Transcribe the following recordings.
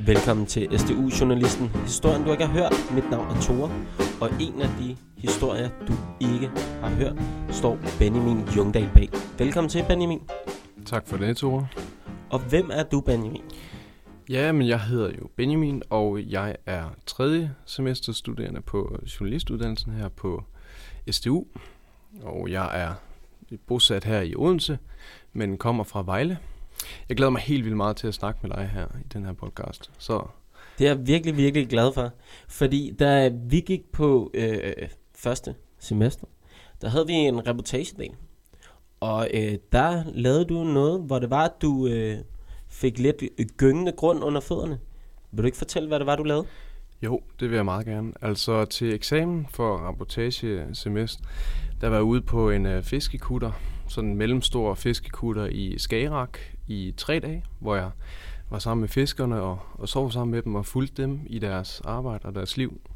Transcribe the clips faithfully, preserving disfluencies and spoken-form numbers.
Velkommen til S D U-journalisten. Historien du ikke har hørt. Mit navn er Tore, og en af de historier du ikke har hørt, står Benjamin Jungdahl bag. Velkommen til, Benjamin. Tak for det, Tore. Og hvem er du, Benjamin? Ja, men jeg hedder jo Benjamin, og jeg er tredje semesterstuderende på journalistuddannelsen her på S D U. Og jeg er bosat her i Odense, men kommer fra Vejle. Jeg glæder mig helt vildt meget til at snakke med dig her i den her podcast. Så Det er jeg virkelig, virkelig glad for. Fordi da vi gik på øh, første semester, der havde vi en reportagedel. Og øh, der lavede du noget, hvor det var, at du øh, fik lidt gyngende grund under fødderne. Vil du ikke fortælle, hvad det var, du lavede? Jo, det vil jeg meget gerne. Altså til eksamen for rapportagesemester, der var jeg ude på en øh, fiskekutter, sådan en mellemstor fiskekutter i Skagerrak i tre dage, hvor jeg var sammen med fiskerne og, og sov sammen med dem og fulgte dem i deres arbejde og deres liv.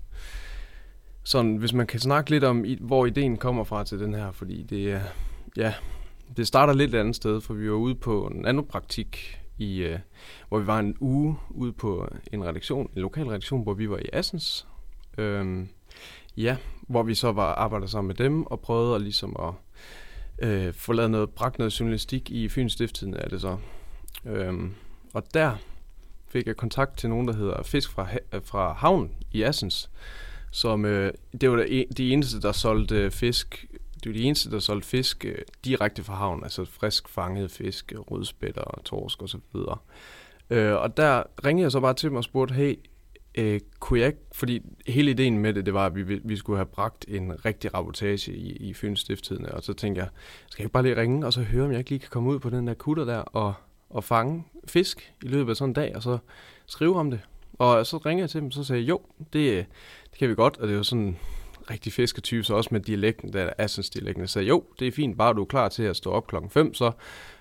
Sådan, hvis man kan snakke lidt om, hvor ideen kommer fra til den her, fordi det, ja, det starter lidt et andet sted, for vi var ude på en anden praktik, i, uh, hvor vi var en uge ude på en redaktion, en lokal redaktion, hvor vi var i Assens. Øhm, ja, hvor vi så var arbejdet sammen med dem og prøvede at, ligesom at øh, få lavet noget, bragt noget journalistik i Fyns Stiftstidende er det så. Øhm, og der fik jeg kontakt til nogen, der hedder Fisk fra, fra Havn i Assens, som øh, det var de eneste, der solgte fisk. Det var de eneste, der solgte fisk øh, direkte fra havn, altså frisk fanget fisk, rødspætter og torsk og så videre. Øh, og der ringede jeg så bare til dem og spurgte, hey, øh, kunne jeg ikke, fordi hele ideen med det, det var, at vi, vi skulle have bragt en rigtig rapportage i, i Fyns Stiftstidende, og så tænkte jeg, skal jeg ikke bare lige ringe, og så høre, om jeg ikke lige kan komme ud på den der kutter der og, og fange fisk i løbet af sådan en dag, og så skrive om det. Og så ringede jeg til dem, så sagde jeg, jo, det, det kan vi godt, og det er jo sådan rigtig fisketype, så også med dialekten, der er Assens-dialekten. Jeg sagde, jo, det er fint, bare du er klar til at stå op klokken fem, så.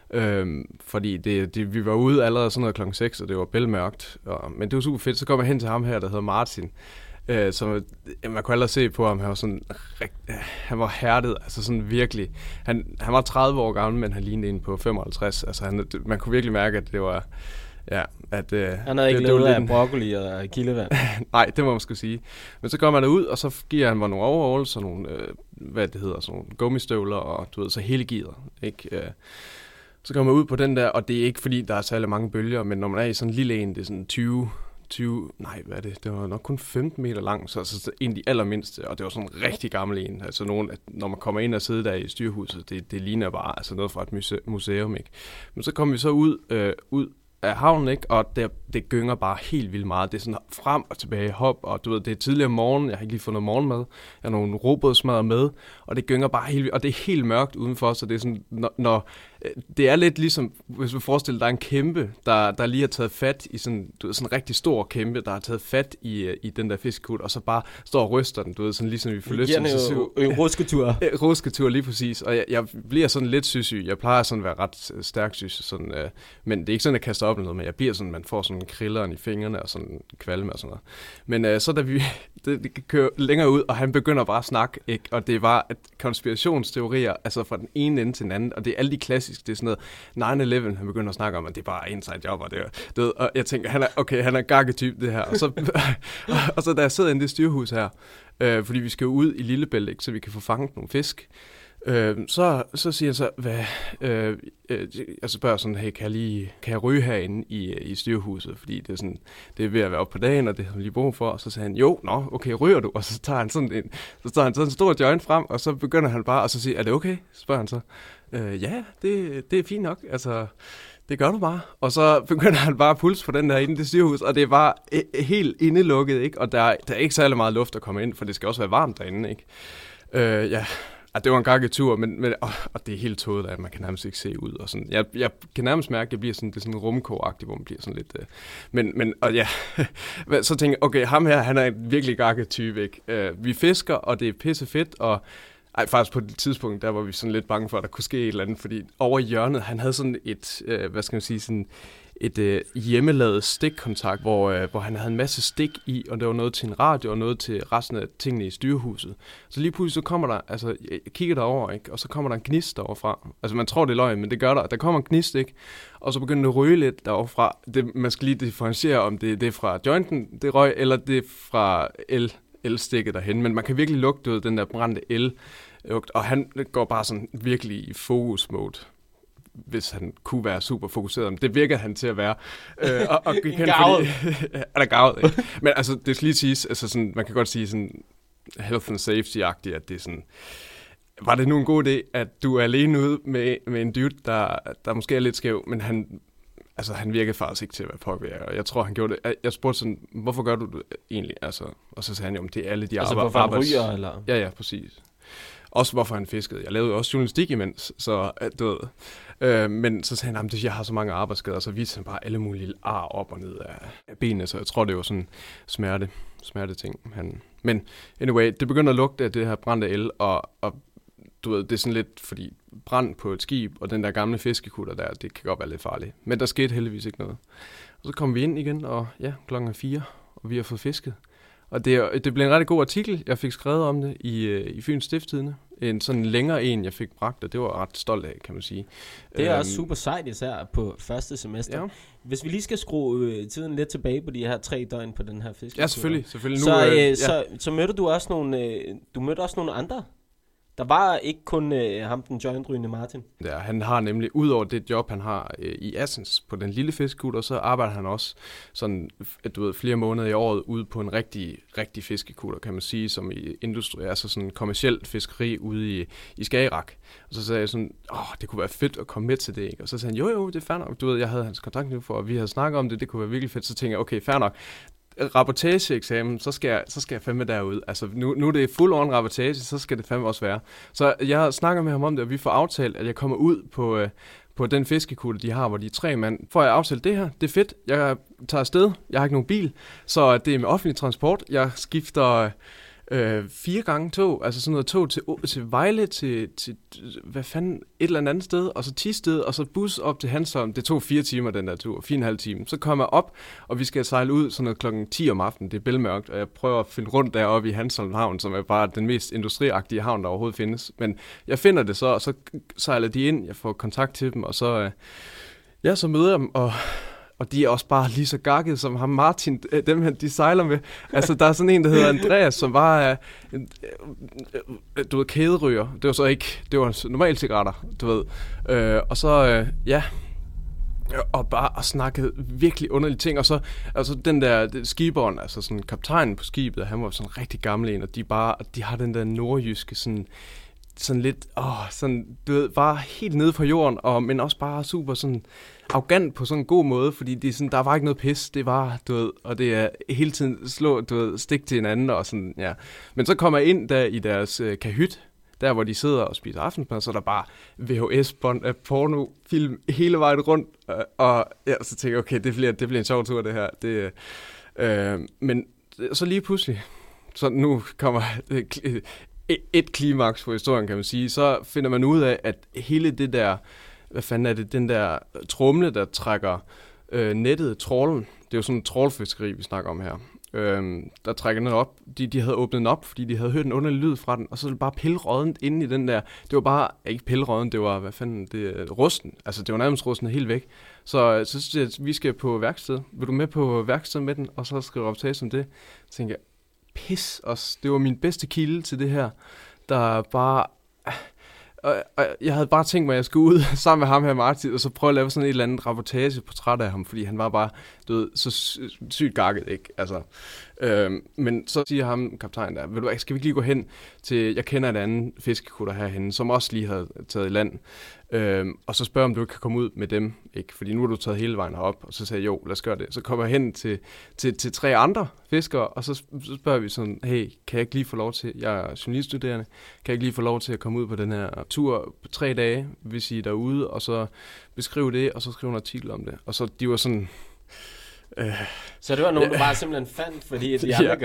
Øhm, fordi det, det, vi var ude allerede sådan noget klokken seks, og det var bælmørkt. Og, men det var super fedt. Så kom jeg hen til ham her, der hedder Martin. Øh, som, man kunne aldrig se på ham, han var sådan, rigt, han var hærdet, altså sådan virkelig. Han, han var tredive år gammel, men han lignede en på femoghalvtreds. Altså han, man kunne virkelig mærke, at det var... Ja, at, øh, han havde ikke det, levet det af lidt... broccoli og kildevand. Nej, det må man skulle sige. Men så kommer han ud, og så giver han mig nogle overalls og nogle, øh, hvad det hedder, sådan nogle gummistøvler, og du ved, så hele gearet, ikke? Øh, så kommer man ud på den der, og det er ikke fordi, der er særlig mange bølger, men når man er i sådan en lille en, det er sådan tyve, tyve, nej, hvad er det? Det var nok kun femten meter lang, så altså en af de allermindste, og det var sådan en rigtig gammel en. Altså nogen, at når man kommer ind og sidder der i styrhuset, det, det ligner bare altså noget fra et muse- museum, ikke? Men så kommer vi så ud, øh, ud af havnen, ikke? Og det, det gynger bare helt vildt meget. Det er sådan frem og tilbage, hop, og du ved, det er tidligere morgen, jeg har ikke lige fået noget morgenmad, jeg har nogle robotsmadder med, og det gynger bare helt vildt, og det er helt mørkt udenfor, så det er sådan, når, når det er lidt ligesom, hvis du forestiller dig en kæmpe, der, der lige har taget fat i sådan, du ved, sådan en rigtig stor kæmpe, der har taget fat i, i den der fiskekut, og så bare står og ryster den, du ved, sådan ligesom vi får lyst til. Det giver en rusketur. Rusketur, lige præcis, og jeg, jeg bliver sådan lidt sygesyg. Jeg plejer sådan at være ret stærk syg, sådan, øh, men det er ikke sådan, at jeg kaster op noget, men jeg bliver sådan, man får sådan krilleren i fingrene og sådan kvalme og sådan noget. Men øh, så da vi det, det kører længere ud, og han begynder bare at snakke, ikke? Og det var at konspirationsteorier, altså fra den ene ende til den anden, og det er alle de klassiske, det er sådan noget nine eleven, han begynder at snakke om, at det er bare inside job, og det er, du ved, og jeg tænker, han er, okay, han er gakketype det her, og så, og så da jeg sidder inde i det styrhus her, øh, fordi vi skal jo ud i Lillebælt, ikke, så vi kan få fanget nogle fisk, øh, så, så siger han så, hvad, øh, øh, jeg spørger sådan, hey, kan jeg lige, kan jeg ryge herinde i, i styrhuset, fordi det er sådan, det er ved at være op på dagen, og det har han lige brug for, og så siger han, jo, nå, okay, ryger du, og så tager han sådan en, så tager han sådan en stor joint frem, og så begynder han bare, og så siger, er det okay, spørger han så, øh, ja, det, det er fint nok, altså, det gør du bare. Og så begynder han bare at pulse på den der inde i det styrhus, og det er bare e- helt indelukket, ikke? Og der er, der er ikke særlig meget luft at komme ind, for det skal også være varmt derinde, ikke? Øh, ja, at det var en gakketur, men, men og, og det er helt tåget, at man kan nærmest ikke se ud. Og sådan. Jeg, jeg kan nærmest mærke, at jeg bliver sådan, det er sådan rumkår-agtigt, hvor man bliver sådan lidt... Øh, men, men, og ja, så tænker jeg, okay, ham her, han er en virkelig gakketype, ikke? Øh, vi fisker, og det er pisse fedt, og Ej, faktisk på det tidspunkt, der var vi sådan lidt bange for, at der kunne ske et eller andet, fordi over i hjørnet, han havde sådan et, øh, hvad skal man sige, sådan et øh, hjemmelavet stikkontakt, hvor, øh, hvor han havde en masse stik i, og det var noget til en radio, og noget til resten af tingene i styrehuset. Så lige pludselig så kommer der, altså jeg kigger derover, ikke, og så kommer der en gnist deroverfra. Altså man tror, det er løgn, men det gør der. Der kommer en gnist, ikke, og så begynder det at ryge lidt deroverfra. Det, man skal lige differentiere, om det, det er fra jointen, det røg, eller det er fra el, elstikket derhen. Men man kan virkelig lugte ud den der brændte el, og han går bare sådan virkelig i fokus-mode, hvis han kunne være super fokuseret. Men det virker han til at være. Øh, og, og gik hen, fordi, er der gavet, ikke? Men altså, det skal lige siges, altså sådan, man kan godt sige sådan health and safety-agtigt, at det er sådan, var det nu en god idé, at du er alene ude med, med en dude, der, der måske er lidt skæv, men han, altså, han virkede faktisk ikke til at være påvirket, og jeg tror, han gjorde det. Jeg spurgte sådan, hvorfor gør du det egentlig? Altså, og så sagde han jo, om det er alle de altså, arbejds... hvorfor han ryger, eller? Ja, ja, præcis. Også hvorfor han fiskede. Jeg lavede jo også journalistik imens, så du ved. Øh, men så sagde han, at jeg har så mange arbejdsskader, så viste han bare alle mulige ar op og ned af benene, så jeg tror, det var sådan smerte, smerte ting. Han... Men anyway, det begynder at lugte af det her brændte el, og, og du ved, det er sådan lidt, fordi brand på et skib, og den der gamle fiskekutter der, det kan godt være lidt farligt. Men der skete heldigvis ikke noget. Og så kom vi ind igen, og ja, klokken er fire, og vi har fået fisket. Og det, det blev en rigtig god artikel, jeg fik skrevet om det i, i Fyns Stiftstidende. En sådan længere en, jeg fik bragt, og det var jeg ret stolt af, kan man sige. Det er øhm, også super sejt især på første semester. Ja. Hvis vi lige skal skrue tiden lidt tilbage på de her tre døgn på den her fisk. Ja, selvfølgelig. selvfølgelig. Nu, så, øh, ja. så, så mødte du også nogle, øh, du mødte også nogle andre. Der var ikke kun øh, ham, den jointrygende Martin. Ja, han har nemlig, ud over det job, han har øh, i Assens på den lille fiskekutter, så arbejder han også sådan, du ved, flere måneder i året ude på en rigtig, rigtig fiskekutter, kan man sige, som i industri, altså sådan kommercielt fiskeri ude i, i Skagerrak. Og så sagde jeg sådan, åh, det kunne være fedt at komme med til det, ikke? Og så sagde han, jo jo, det er fair nok. Du ved, jeg havde hans kontakt nu for, og vi havde snakket om det, det kunne være virkelig fedt. Så tænkte jeg, okay, fair nok. Rapportageeksamen, så skal jeg, så skal jeg fandme derud. Altså, nu, nu er det full on rapportage, så skal det fandme også være. Så jeg snakker med ham om det, og vi får aftalt, at jeg kommer ud på, øh, på den fiskekutte, de har, hvor de er tre mand. Får jeg aftalt det her, det er fedt. Jeg tager afsted, jeg har ikke nogen bil, så det er med offentlig transport. Jeg skifter øh, fire gange tog, altså sådan noget tog til, til Vejle, til, til hvad fanden, et eller andet sted, og så Thisted, og så bus op til Hanstholm. Det tog fire timer, den der tur, fire og en halv time. Så kommer jeg op, og vi skal sejle ud sådan noget klokken ti om aftenen, det er bælmørkt, og jeg prøver at finde rundt deroppe i Hanstholm Havn, som er bare den mest industriagtige havn, der overhovedet findes. Men jeg finder det så, og så sejler de ind, jeg får kontakt til dem, og så, øh, ja, så møder jeg dem, og... Og de er også bare lige så gakket som ham Martin, dem de sejler med. Altså, der er sådan en, der hedder Andreas, som bare er, du ved, kæderyger. Det var så ikke, det var normalt cigaretter, du ved. Øh, og så, øh, ja, og bare og snakkede virkelig underlige ting. Og så, altså den der skiberen, altså sådan kaptajnen på skibet, han var sådan en rigtig gammel en, og de bare, de har den der nordjyske sådan, sådan lidt, åh, sådan, du ved, bare helt nede på jorden, og, men også bare super sådan arrogant på sådan en god måde, fordi det er sådan, der var ikke noget pis, det var, du ved, og det er hele tiden slå, du ved, stik til hinanden, og sådan, ja. Men så kommer jeg ind der i deres øh, kahyt, der hvor de sidder og spiser aftensmad, så er der bare V H S-bånd af pornofilm hele vejen rundt, øh, og ja, så tænker jeg, okay, det bliver, det bliver en sjov tur, det her. Det, øh, men så lige pludselig, så nu kommer øh, et klimaks på historien, kan man sige, så finder man ud af, at hele det der, hvad fanden er det, den der tromle, der trækker øh, nettet, trawlen, det er jo sådan en trawlfiskeri, vi snakker om her, øh, der trækker den op, de, de havde åbnet den op, fordi de havde hørt en underlig lyd fra den, og så var det bare pillerødent inde i den der, det var bare, ikke pillerødent, det var, hvad fanden, det rusten, altså det var nærmest rusten helt væk, så så synes jeg, at vi skal på værksted, vil du med på værksted med den, og så skrive optagelse om det, så tænkte jeg, pis også, det var min bedste kilde til det her, der bare... Og, og jeg havde bare tænkt mig, at jeg skulle ud sammen med ham her Martin, og så prøve at lave sådan et eller andet rapportageportræt af ham, fordi han var bare, du ved, så sygt gakket, ikke? Altså, øhm, men så siger ham, kaptajnen der, ved du, skal vi ikke lige gå hen til, jeg kender et andet fiskekutter herhenne, som også lige havde taget i land, øhm, og så spørger om du ikke kan komme ud med dem, ikke? Fordi nu har du taget hele vejen herop, og så sagde jeg, jo, lad os gøre det. Så kommer jeg hen til, til, til tre andre fiskere, og så, så spørger vi sådan, hey, kan jeg ikke lige få lov til, jeg er journaliststuderende, kan jeg ikke lige få lov til at komme ud på den her tur på tre dage, hvis I er derude, og så beskrive det, og så skrive en artikel om det. Og så de var sådan... Øh, så det var nogen, ja. Du bare simpelthen fandt, fordi de andre gør?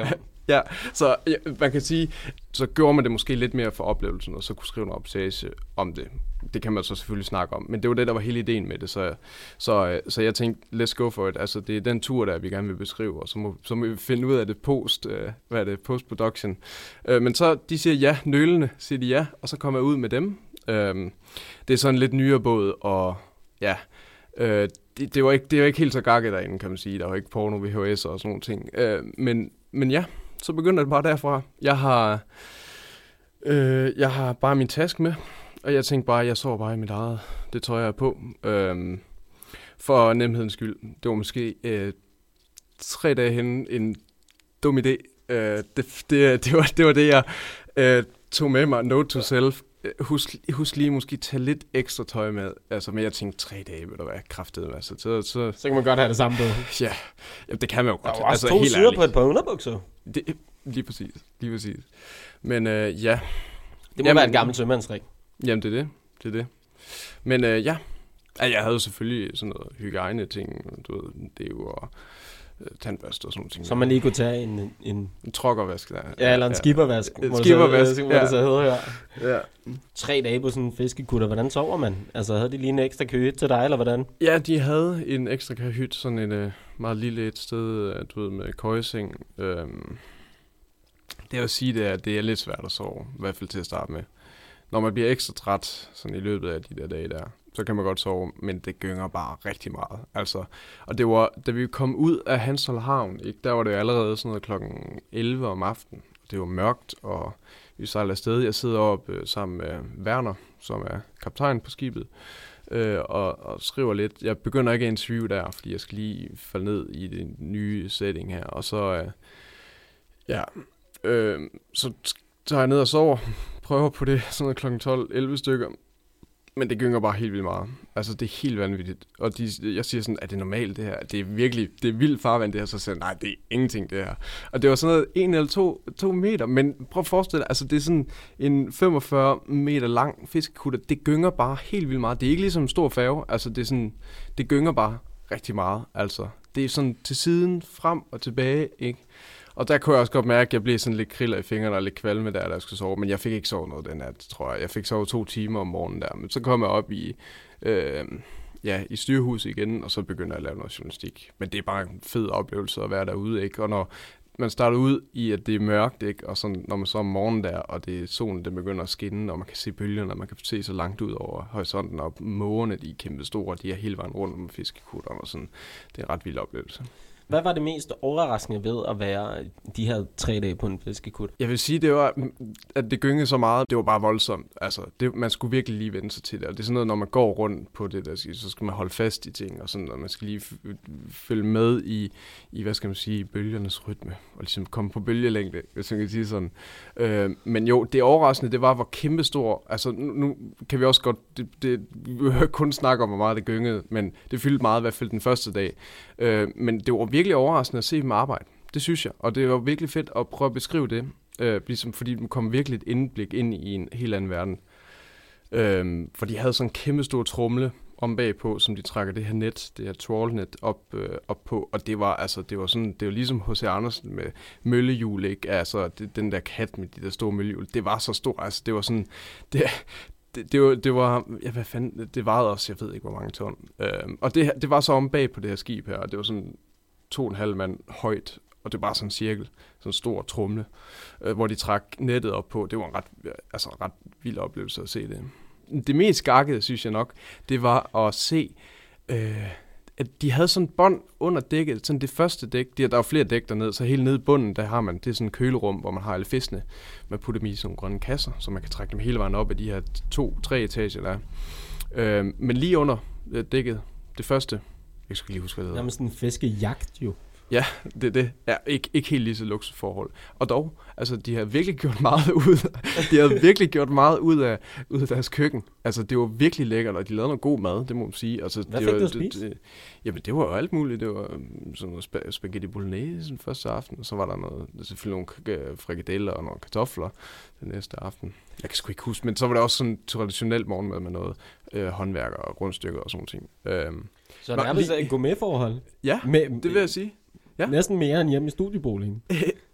Ja, så ja, man kan sige, så gjorde man det måske lidt mere for oplevelsen, og så kunne skrive en opsage om det. Det kan man så selvfølgelig snakke om, men det var det, der var hele ideen med det, så, så, så jeg tænkte, let's go for it. Altså, det er den tur, der vi gerne vil beskrive, og så må, så må vi finde ud af det post, uh, hvad er det, post-production. Uh, men så, de siger ja, nølende, siger de ja, og så kommer jeg ud med dem. Uh, det er sådan lidt nyere båd, og ja, uh, det, det, var ikke, det var ikke helt så gakket derinde, kan man sige. Der var ikke porno, V H S og sådan nogle ting. Uh, men, men ja, så begynder det bare derfra. Jeg har, øh, jeg har bare min taske med, og jeg tænkte bare, at jeg sover bare i mit eget. Det tøj jeg er på. Øhm, for nemhedens skyld. Det var måske øh, tre dage hen en dum idé. Øh, det, det, det, var, det var det, jeg øh, tog med mig. Note to self. Husk, husk lige måske tage lidt ekstra tøj med. Altså, men jeg tænkte, tre dage vil der være kraftet med. Så, så, så, så kan man godt have det samme på. Ja, jamen, det kan man jo godt. Der var også altså, to sider ærligt. På et par underbukser. Det, lige præcis, lige præcis. Men øh, ja. Det må jamen, være en gammel sømandsrik. Jamen, det er det. Det er det. Men øh, ja. Jeg havde selvfølgelig sådan noget hygiejne ting. Du ved, det er jo øh, tandbørste og sådan noget. Så man lige kunne tage en... En, en trokkervask der. Ja, eller en ja. skippervask. En skippervask, ja. Må det så hedder her. Ja. Tre dage på sådan en fiskekutter. Hvordan sover man? Altså, havde de lige en ekstra kahyt til dig, eller hvordan? Ja, de havde en ekstra kahyt. Sådan en øh, meget lille et sted, du ved, med køjeseng. Øhm, det vil sige, det er, det er lidt svært at sove. I hvert fald til at starte med. Når man bliver ekstra træt sådan i løbet af de der dage der, så kan man godt sove, men det gynger bare rigtig meget. Altså, og det var, da vi kom ud af Hanstholm Havn, ikke, der var det jo allerede sådan noget klokken elleve om aftenen. Det var mørkt, og vi sejlede afsted. Jeg sidder oppe øh, sammen med Werner, som er kaptajn på skibet, øh, og, og skriver lidt. Jeg begynder ikke at interviewe der, fordi jeg skal lige falde ned i den nye setting her. Og så, øh, ja, øh, så tager jeg ned og sover. Prøver på det sådan noget klokken tolv elleve stykker. Men det gynger bare helt vildt meget. Altså, det er helt vanvittigt. Og de, jeg siger sådan, er det normalt det her? Det er virkelig, det er vildt farvand det her. Så siger jeg, nej, det er ingenting det her. Og det var sådan noget en eller to, to meter. Men prøv at forestille dig, altså det er sådan en femogfyrre meter lang fiskekutter. Det gynger bare helt vildt meget. Det er ikke ligesom en stor færge. Altså, det er sådan, det gynger bare rigtig meget. Altså, det er sådan til siden, frem og tilbage, ikke? Og der kunne jeg også godt mærke, at jeg blev sådan lidt kriller i fingrene og lidt kvalme der, da jeg skulle sove. Men jeg fik ikke sovet noget den nat, tror jeg. Jeg fik sovet to timer om morgenen der. Men så kom jeg op i, øh, ja, i styrehuset igen, og så begyndte jeg at lave noget journalistik. Men det er bare en fed oplevelse at være derude, ikke? Og når man starter ud i, at det er mørkt, ikke? Og så, når man så om morgenen der, og det er solen, den begynder at skinne, og man kan se bølgerne, og man kan se så langt ud over horisonten, og mågerne, de er kæmpe store, de er hele vejen rundt om fiskekutteren, og sådan. Det er en ret vild oplevelse. Hvad var det mest overraskende ved at være de her tre dage på en fiskekut? Jeg vil sige, det var, at det gyngede så meget. Det var bare voldsomt. Altså, det, man skulle virkelig lige vende sig til det. Og det er sådan noget, når man går rundt på det der, så skal man holde fast i ting, og sådan, og man skal lige f- følge med i, i, hvad skal man sige, bølgernes rytme, og ligesom komme på bølgelængde, hvis man kan sige sådan. Øh, men jo, det overraskende, det var, hvor kæmpestor, altså nu, nu kan vi også godt, det, det, vi hører kun snakke om, hvor meget det gyngede, men det fyldte meget, i hvert fald den første dag. Øh, men det var virkelig overraskende at se dem arbejde. Det synes jeg. Og det var virkelig fedt at prøve at beskrive det. Øh, ligesom, fordi de kom virkelig et indblik ind i en helt anden verden. Øh, for de havde sådan en kæmpe stor tromle om bagpå, som de trækker det her net, det her trawlnet op, øh, op på. Og det var altså, det var sådan, det var ligesom H C Andersen med møllehjul, ikke? Altså, det, den der kat med de der store møllehjul, det var så stort. Altså, det var sådan, det, det, det var, det var, ja, hvad fanden, det varede også, jeg ved ikke, hvor mange ton. Øh, og det, det var så om bag på det her skib her, og det var sådan to og en halv mand højt, og det var bare sådan en cirkel, sådan en stor tromle, øh, hvor de trak nettet op på. Det var en ret, altså ret vild oplevelse at se det. Det mest skakkede, synes jeg nok, det var at se, øh, at de havde sådan et bånd under dækket, sådan det første dæk, de, der var flere dæk dernede, så helt nede i bunden, der har man, det er sådan et kølerum, hvor man har alle fiskene, man putter dem i sådan nogle grønne kasser, så man kan trække dem hele vejen op af de her to, tre etager der. Øh, men lige under dækket, det første, jeg skal lige huske, hvad det hedder. Jamen sådan en fiskejagt jo. Ja, det er det. Ja, ikke, ikke helt lige så luksusforhold. Og dog, altså, de har virkelig gjort meget ud de har virkelig gjort meget ud af, ud af deres køkken. Altså, det var virkelig lækkert, og de lavede noget god mad, det må man sige. Altså, hvad det fik var, du at spise? Det, det, jamen, det var jo alt muligt. Det var sådan noget sp- spaghetti bolognese den første aften, og så var der noget, der selvfølgelig nogle frikadeller og nogle kartofler den næste aften. Jeg kan sgu ikke huske, men så var der også sådan traditionelt morgenmad med noget øh, håndværker og rundstykker og sådan ting. Øhm, så nærmest et gourmetforhold? Ja, med, det vil jeg sige. Ja. Næsten mere end hjemme i studieboligen.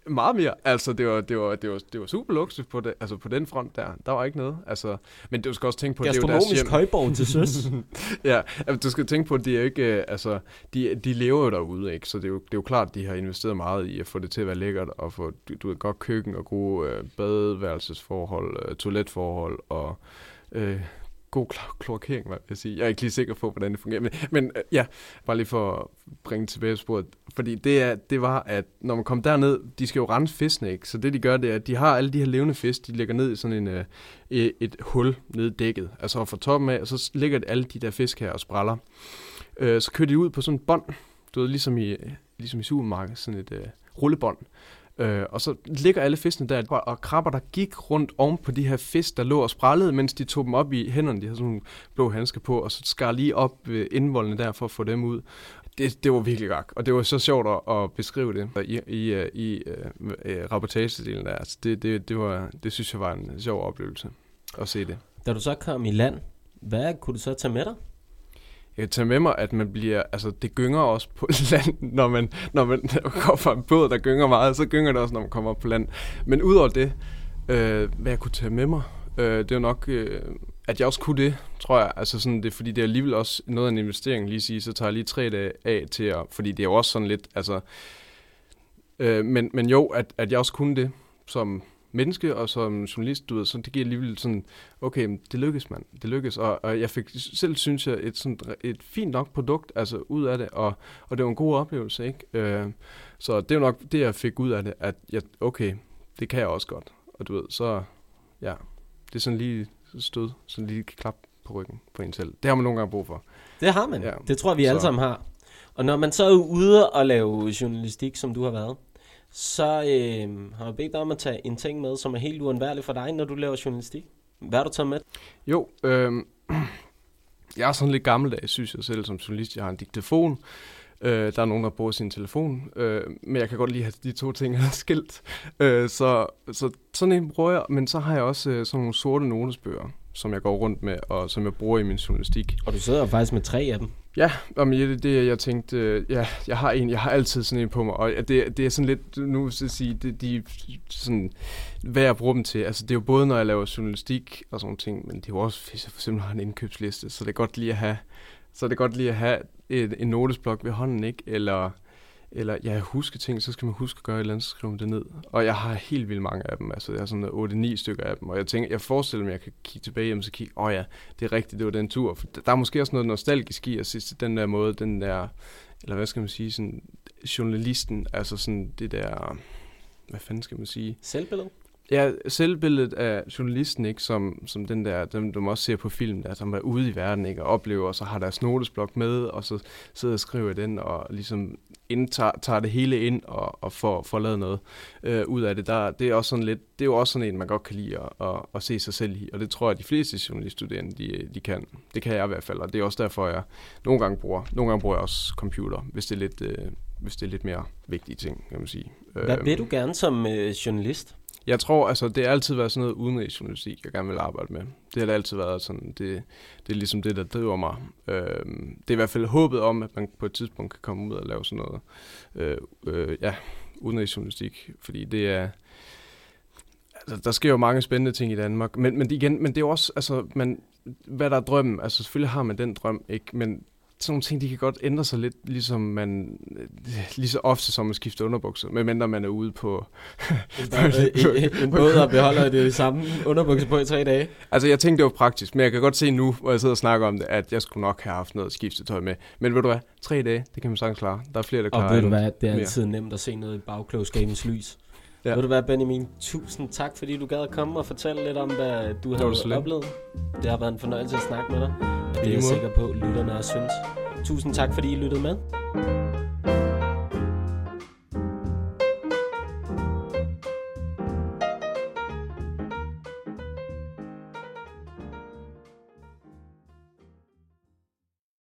Meget mere. Altså, det var, det var, det var, det var super luksus på, det, altså, på den front der. Der var ikke noget. Altså, men du skal også tænke på, det er jo deres hjem. Gastronomisk højborg til søs. Ja, altså, du skal tænke på, at de er ikke, altså, de, de lever jo derude, ikke? Så det er, jo, det er jo klart, at de har investeret meget i at få det til at være lækkert, og få du ved, godt køkken og gode øh, badeværelsesforhold, øh, toiletforhold og øh, god kl- kloakering, hvad jeg sige. Jeg er ikke lige sikker på, hvordan det fungerer, men, men øh, ja, bare lige for at bringe tilbage på sporet. Fordi det, er, det var, at når man kom derned, de skal jo rense fiskene, ikke? Så det de gør, det er, at de har alle de her levende fisk, de lægger ned i sådan en, øh, et hul nede i dækket, altså fra toppen af, og så ligger alle de der fisk her og spræller. Øh, så kører de ud på sådan et bånd, du ved, ligesom i, ligesom i supermarkedet, sådan et øh, rullebånd. Øh, og så ligger alle fiskene der, og krabber, der gik rundt oven på de her fisk, der lå og sprællede, mens de tog dem op i hænderne. De havde sådan nogle blå handsker på, og så skar lige op ved indvoldene der for at få dem ud. Det, det var virkelig gak, og det var så sjovt at, at beskrive det i, i, i, i uh, rapportagedelen der. Altså det, det, det, var, det synes jeg var en sjov oplevelse at se det. Da du så kom i land, hvad kunne du så tage med dig? Jeg kan tage med mig, at man bliver, altså det gynger også på land, når man, når man kommer fra en båd, der gynger meget, så gynger det også, når man kommer op på land. Men udover det, øh, hvad jeg kunne tage med mig, øh, det er nok, øh, at jeg også kunne det, tror jeg. Altså sådan, det, fordi det er alligevel også noget af en investering, lige sige, så tager jeg lige tre dage af til at, fordi det er jo også sådan lidt, altså, øh, men, men jo, at, at jeg også kunne det, som menneske og som journalist, du ved, så det giver alligevel sådan, okay, det lykkes, mand, det lykkes, og, og jeg fik selv, synes jeg, et, sådan, et fint nok produkt, altså ud af det, og, og det var en god oplevelse, ikke? Øh, så det er nok det, jeg fik ud af det, at jeg, okay, det kan jeg også godt, og du ved, så, ja, det er sådan lige stød, sådan lige klap på ryggen på en selv. Det har man nogle gange brug for. Det har man, ja. Det tror jeg, vi så. alle sammen har. Og når man så er ude og lave journalistik, som du har været, så øh, har jeg bedt dig om at tage en ting med, som er helt uundværlig for dig, når du laver journalistik. Hvad har du taget med? Jo, øh, jeg er sådan lidt gammeldags, synes jeg selv som journalist. Jeg har en diktafon. Øh, der er nogen, der bruger sin telefon. Øh, men jeg kan godt lide at de to ting er skilt. Øh, så, så sådan en bruger jeg. Men så har jeg også øh, sådan nogle sorte notesbøger, som jeg går rundt med, og som jeg bruger i min journalistik. Og du sidder faktisk med tre af dem. Ja, og det det, jeg tænkte, øh, ja, jeg har en, jeg har altid sådan en på mig, og det, det er sådan lidt, nu skal jeg sige, det, de, sådan, hvad jeg bruger dem til, altså det er jo både, når jeg laver journalistik og sådan ting, men det er jo også, hvis jeg for eksempel har en indkøbsliste, så det er godt lige at have, så det er godt lige at have et, en notesblok ved hånden, ikke, eller, eller ja, huske ting, så skal man huske at gøre et eller andet, så skrive det ned, og jeg har helt vildt mange af dem, altså jeg har sådan otte ni stykker af dem, og jeg tænker, jeg forestiller mig, at jeg kan kigge tilbage hjem, så kigge, åh oh ja, det er rigtigt, det var den tur, for der er måske også noget nostalgisk i at se den der måde, den der, eller hvad skal man sige, sådan journalisten, altså sådan det der, hvad fanden skal man sige? Selvbillede? Ja, selvbilledet af journalisten, ikke, som, som den der, dem du også ser på film, der som er ude i verden, ikke, og oplever, og så har deres notesblok med, og så sidder og skriver den, og ligesom indtager, tager det hele ind, og, og får, får lavet noget øh, ud af det. Der, det er også sådan lidt, det er jo også sådan en, man godt kan lide at, at, at se sig selv i, og det tror jeg, at de fleste journaliststuderende, de, de kan. Det kan jeg i hvert fald, og det er også derfor, jeg nogle gange bruger, nogle gange bruger jeg også computer, hvis det er lidt, øh, hvis det er lidt mere vigtige ting, kan man sige. Hvad vil du gerne som øh, journalist? Jeg tror, altså, det har altid været sådan noget udenrigsjournalistik, jeg gerne vil arbejde med. Det har det altid været sådan, det, det er ligesom det, der driver mig. Øhm, det er i hvert fald håbet om, at man på et tidspunkt kan komme ud og lave sådan noget, øh, øh, ja, udenrigsjournalistik, fordi det er, altså, der sker jo mange spændende ting i Danmark, men, men igen, men det er jo også, altså, man, hvad der er drømmen, altså selvfølgelig har man den drøm, ikke, men sådan nogle ting, de kan godt ændre sig lidt, ligesom man, lige så ofte som man skifter underbukser, medmindre man er ude på en båd og beholder det samme underbukser på i tre dage. Altså, jeg tænkte, det var praktisk, men jeg kan godt se nu, hvor jeg sidder og snakker om det, at jeg skulle nok have haft noget skiftetøj med. Men ved du hvad, tre dage, det kan man sagtens klare. Der er flere, der klarer. Og ved du hvad, det er altid mere nemt at se noget i bagklogskabens lys. Ja. Ved du hvad, Benjamin, tusind tak, fordi du gad at komme og fortælle lidt om, hvad du har oplevet. Det har været en fornøjelse at snakke med dig. Det er jeg sikker på, lytterne også synes. Tusind tak, fordi I lyttede med.